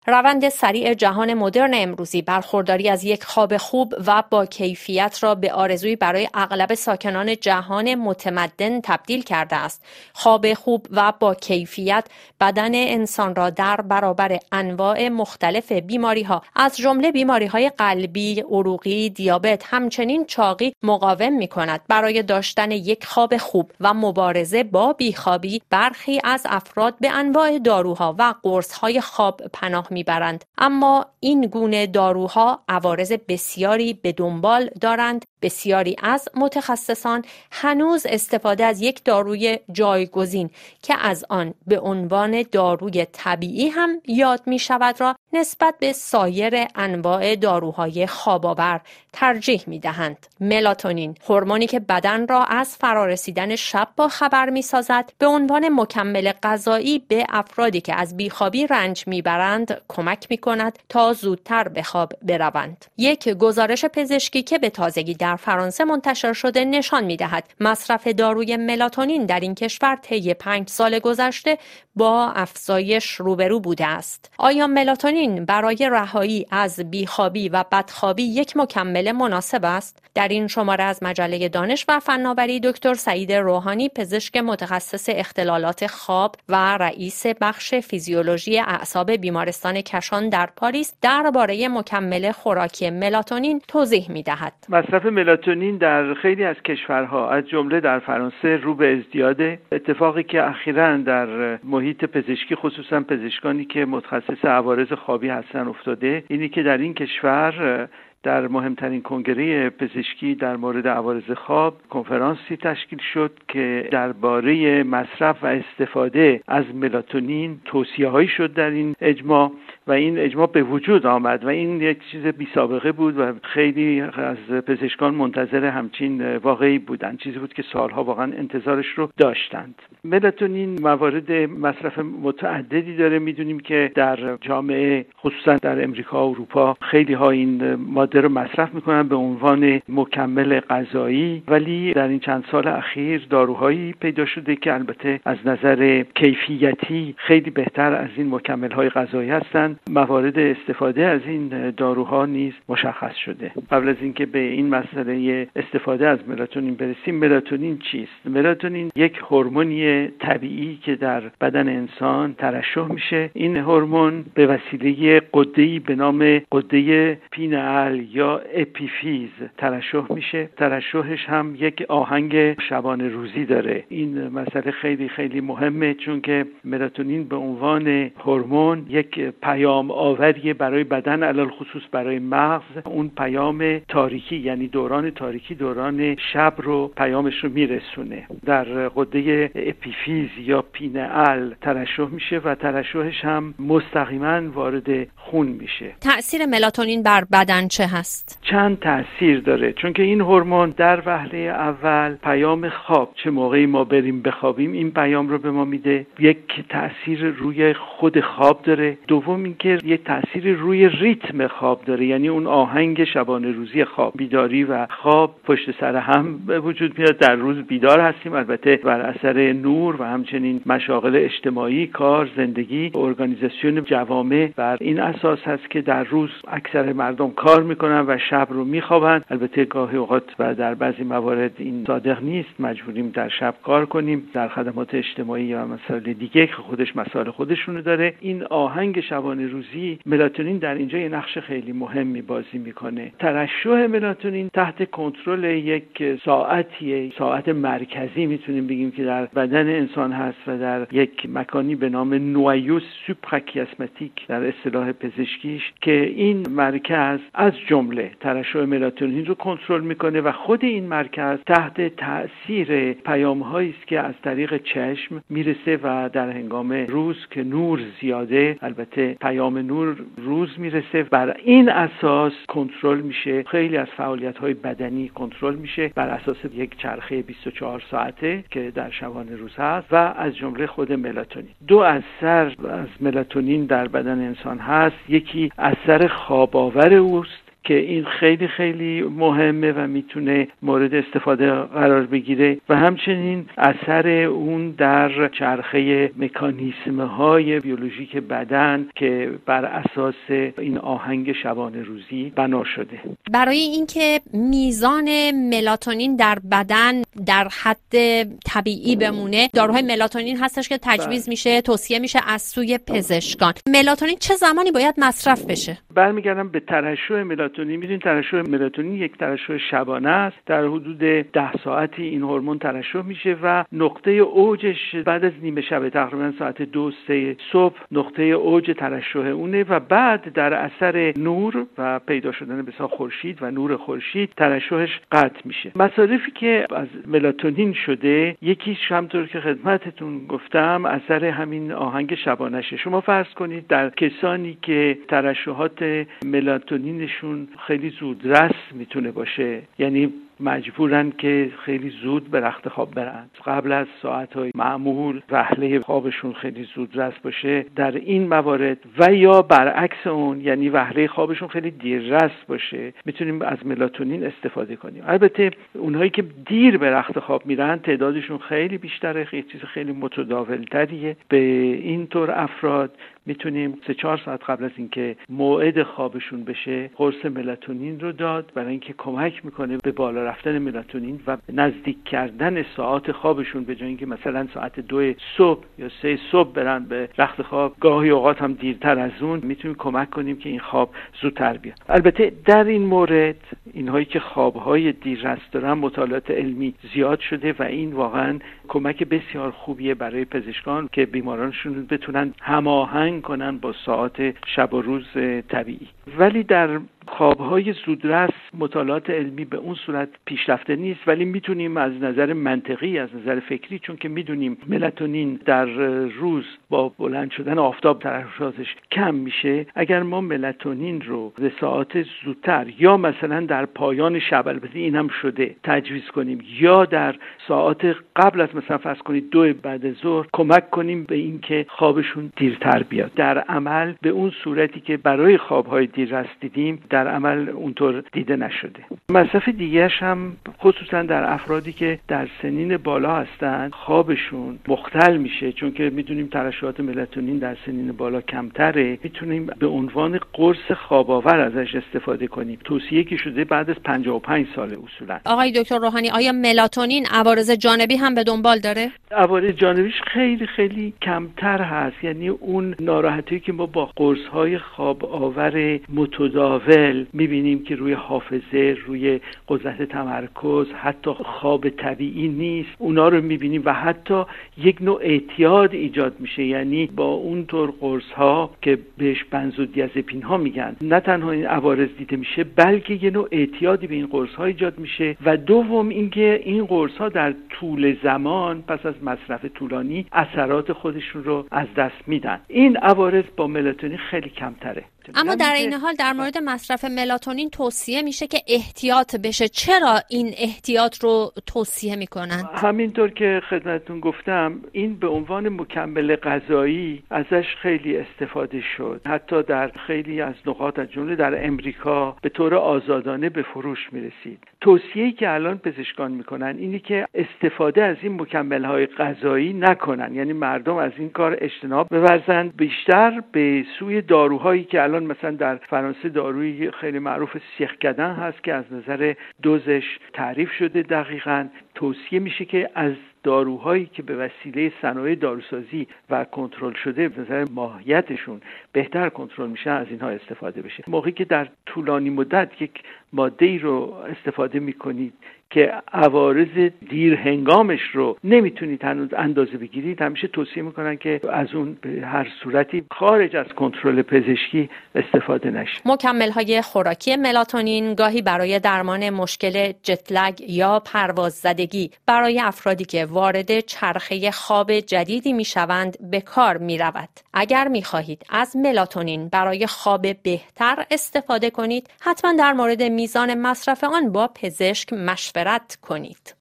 روند سریع جهان مدرن امروزی برخورداری از یک خواب خوب و با کیفیت را به آرزویی برای اغلب ساکنان جهان متمدن تبدیل کرده است. خواب خوب و با کیفیت بدن انسان را در برابر انواع مختلف بیماری‌ها از جمله بیماری‌های قلبی، عروقی، دیابت، همچنین چاقی مقاوم می‌کند. برای داشتن یک خواب خوب و مبارزه با بیخوابی برخی از افراد به انواع داروها و قرص‌های خواب پناه میبرند، اما این گونه داروها عوارض بسیاری به دنبال دارند. بسیاری از متخصصان هنوز استفاده از یک داروی جایگزین که از آن به عنوان داروی طبیعی هم یاد می شود را نسبت به سایر انواع داروهای خواب‌آور ترجیح می دهند. ملاتونین، هورمونی که بدن را از فرارسیدن شب با خبر می سازد، به عنوان مکمل غذایی به افرادی که از بیخوابی رنج می برند کمک می کند تا زودتر به خواب بروند. یک گزارش پزشکی که به تازگی در فرانسه منتشر شده نشان می دهد مصرف داروی ملاتونین در این کشور طی 5 سال گذشته با افزایش روبرو بوده است. آیا ملاتونین برای رهایی از بیخوابی و بدخوابی یک مکمل مناسب است؟ در این شماره از مجله دانش و فناوری دکتر سعید روحانی، پزشک متخصص اختلالات خواب و رئیس بخش فیزیولوژی اعصاب بیمارستان کشان در پاریس درباره مکمل خوراکی ملاتونین توضیح می‌دهد. مصرف ملاتونین در خیلی از کشورها از جمله در فرانسه رو به ازدیاده. اتفاقی که اخیراً در محیط پزشکی خصوصاً پزشکانی که متخصص عوارض خوابی هستن افتاده اینی که در این کشور در مهمترین کنگره پزشکی در مورد عوارض خواب کنفرانسی تشکیل شد که درباره مصرف و استفاده از ملاتونین توصیه‌هایی شد در این اجماع و این اجماع به وجود آمد و این یک چیز بی سابقه بود و خیلی از پزشکان منتظر همچین واقعی بودند. چیزی بود که سالها واقعا انتظارش رو داشتند. ملاتونین موارد مصرف متعددی داره. میدونیم که در جامعه خصوصا در امریکا و اروپا خیلی ها این ماده رو مصرف میکنن به عنوان مکمل غذایی، ولی در این چند سال اخیر داروهایی پیدا شده که البته از نظر کیفیتی خیلی بهتر از این مکمل‌های غذایی هستند. موارد استفاده از این داروها نیز مشخص شده. قبل از اینکه به این مسئله استفاده از ملاتونین برسیم، ملاتونین چیست؟ ملاتونین یک هورمونی طبیعی که در بدن انسان ترشح میشه. این هورمون به وسیله غده‌ای به نام غده پینئال یا اپیفیز ترشح میشه. ترشحش هم یک آهنگ شبانه روزی داره. این مسئله خیلی خیلی مهمه، چون که ملاتونین به عنوان هورمون یک پیام آوری برای بدن، علل خصوص برای مغز. اون پیام تاریکی، یعنی دوران تاریکی، دوران شب رو پیامش رو میرسونه. در غده اپیفیز یا پینئال ترشح میشه و ترشحش هم مستقیما وارد خون میشه. تأثیر ملاتونین بر بدن چه هست؟ چند تأثیر داره، چون که این هورمون در وهله اول پیام خواب، چه موقعی ما بریم بخوابیم، این پیام رو به ما میده. یک تأثیر روی خود خواب داره. دوم اینکه یک تأثیر روی ریتم خواب داره، یعنی اون آهنگ شبانه روزی خواب، بیداری و خواب پشت سر هم به وجود میاد. در روز بیدار هستیم، البته بر اثر نور و همچنین مشاغل اجتماعی، کار، زندگی، ارگانیزاسیون جوامع بر این اساس هست که در روز اکثر مردم کار میکنن و شب رو میخوابن. البته گاهی اوقات و در بعضی موارد این صادق نیست، مجبوریم در شب کار کنیم در خدمات اجتماعی یا مسائل دیگه که خودش مسائل خودشونو داره. این آهنگ شبانه روزی، ملاتونین در اینجا یه نقش خیلی مهمی بازی میکنه. ترشح ملاتونین تحت کنترل یک ساعت مرکزی میتونیم بگیم که در بدن انسان هست و در یک مکانی به نام نوایوس سوپراکیاسماتیک در اصطلاح پزشکیش، که این مرکز از جمله ترشح ملاتونین رو کنترل میکنه و خود این مرکز تحت تأثیر پیام‌هایی است که از طریق چشم میرسه و در هنگام روز که نور زیاده، البته پیام نور روز میرسه، بر این اساس کنترل میشه. خیلی از فعالیت‌های بدنی کنترل میشه بر اساس یک چرخه 24 ساعته که در شبانه روز هست و از جمله خود ملاتونین. دو اثر از ملاتونین در بدن انسان هست. یکی اثر خواب آور اوست که این خیلی خیلی مهمه و میتونه مورد استفاده قرار بگیره و همچنین اثر اون در چرخه مکانیسم‌های بیولوژیک بدن که بر اساس این آهنگ شبانه روزی بنا شده. برای اینکه میزان ملاتونین در بدن در حد طبیعی بمونه، داروهای ملاتونین هستش که تجویز میشه، توصیه میشه از سوی پزشکان. ملاتونین چه زمانی باید مصرف بشه؟ برمیگردم به ترشح ملاتونین. میدونید ترشح ملاتونین یک ترشح شبانه است. در حدود 10 ساعتی این هورمون ترشح میشه و نقطه اوجش بعد از نیمه شب، تقریبا ساعت 2-3 صبح نقطه اوج ترشح اونه و بعد در اثر نور و پیدا شدن بسیار خورشید و نور خورشید ترشحش قطع میشه. مصارفی که از ملاتونین شده، یکیش همونطور که خدمتتون گفتم اثر همین آهنگ شبانشه. شما فرض کنید در کسانی که ترشحات ملاتونینشون خیلی زودرس میتونه باشه، یعنی مجبورن که خیلی زود به رخت خواب برن، قبل از ساعت‌های معمول وهله خوابشون خیلی زودرس باشه، در این موارد و یا برعکس اون، یعنی وهله خوابشون خیلی دیررس باشه، میتونیم از ملاتونین استفاده کنیم. البته اونهایی که دیر به رخت خواب میرن تعدادشون خیلی بیشتره، خیلی چیز خیلی متداول‌تریه. به این طور افراد میتونیم 3-4 ساعت قبل از اینکه موعد خوابشون بشه قرص ملاتونین رو داد، برای اینکه کمک میکنه به بالا رفتن ملاتونین و نزدیک کردن ساعات خوابشون. به جای اینکه مثلا ساعت 2 صبح یا 3 صبح برن به رخت خواب، گاهی اوقات هم دیرتر از اون، میتونیم کمک کنیم که این خواب زودتر بیاد. البته در این مورد اینهایی که خوابهای دیررس دارن مطالعات علمی زیاد شده و این واقعا کمک بسیار خوبیه برای پزشکان که بیمارانشون بتونن هماهنگ کنن با ساعات شب و روز طبیعی. ولی در خوابهای زودرس مطالعات علمی به اون صورت پیشرفته نیست، ولی میتونیم از نظر منطقی، از نظر فکری، چون که میدونیم ملاتونین در روز با بلند شدن آفتاب ترشحاتش کم میشه، اگر ما ملاتونین رو به ساعات زودتر یا مثلا در پایان شب، البته این هم شده، تجویز کنیم یا در ساعات قبل از مثلا فرض کنید 2 بعد از ظهر کمک کنیم به این که خوابشون دیرتر بیاد، در عمل به اون صورتی که برای خوابهای دیررس دیدیم در عمل اونطور دیده نشده. مصرف دیگه‌اش هم خصوصا در افرادی که در سنین بالا هستند خوابشون مختل میشه، چون که میدونیم ترشحات ملاتونین در سنین بالا کمتره. میتونیم به عنوان قرص خواب آور ازش استفاده کنیم. توصیه که شده بعد از 55 سال اصولا. آقای دکتر روحانی، آیا ملاتونین عوارض جانبی هم به دنبال داره؟ عوارض جانبیش خیلی خیلی کمتر هست، یعنی اون ناراحتی که ما با قرص‌های خواب آور متداول میبینیم که روی حافظه، روی قدرت تمرکز، حتی خواب طبیعی نیست، اونا رو میبینیم و حتی یک نوع اعتیاد ایجاد میشه. یعنی با اون طور قرص‌ها که بهش بنزودیازپین ها میگن، نه تنها این عوارض دیده میشه بلکه یه نوع اعتیادی به این قرص‌ها ایجاد میشه و دوم اینکه این قرص‌ها در طول زمان پس از مصرف طولانی اثرات خودشون رو از دست میدن. این عوارض با ملاتونین خیلی کمتره. اما در این حال در مورد مصرف ملاتونین توصیه میشه که احتیاط بشه. چرا این احتیاط رو توصیه میکنن؟ همینطور که خدمتتون گفتم، این به عنوان مکمل غذایی ازش خیلی استفاده شد. حتی در خیلی از نقاط از جمله در امریکا به طور آزادانه به فروش میرسید. توصیه‌ای که الان پزشکان میکنن اینی که استفاده از این مکمل‌های غذایی نکنن، یعنی مردم از این کار اجتناب بورزند، بیشتر به سوی داروهایی که الان مثلا در فرانسه داروی خیلی معروف سیخکدن هست که از نظر دوزش تعریف شده دقیقاً. توصیه میشه که از داروهایی که به وسیله صنایع داروسازی و کنترل شده به نظر ماهیتشون بهتر کنترل میشه از اینها استفاده بشه. موقعی که در طولانی مدت یک ماده‌ای رو استفاده میکنید که عوارض دیر هنگامش رو نمیتونید هنوز اندازه بگیرید، همیشه توصیه میکنن که از اون به هر صورتی خارج از کنترل پزشکی استفاده نشه. مکمل‌های خوراکی ملاتونین گاهی برای درمان مشکل جت‌لگ یا پرواززدگی برای افرادی که وارد چرخه خواب جدیدی میشوند به کار میرود. اگر میخواهید از ملاتونین برای خواب بهتر استفاده کنید، حتما در مورد میزان مصرف آن با پزشک مشورت کنید.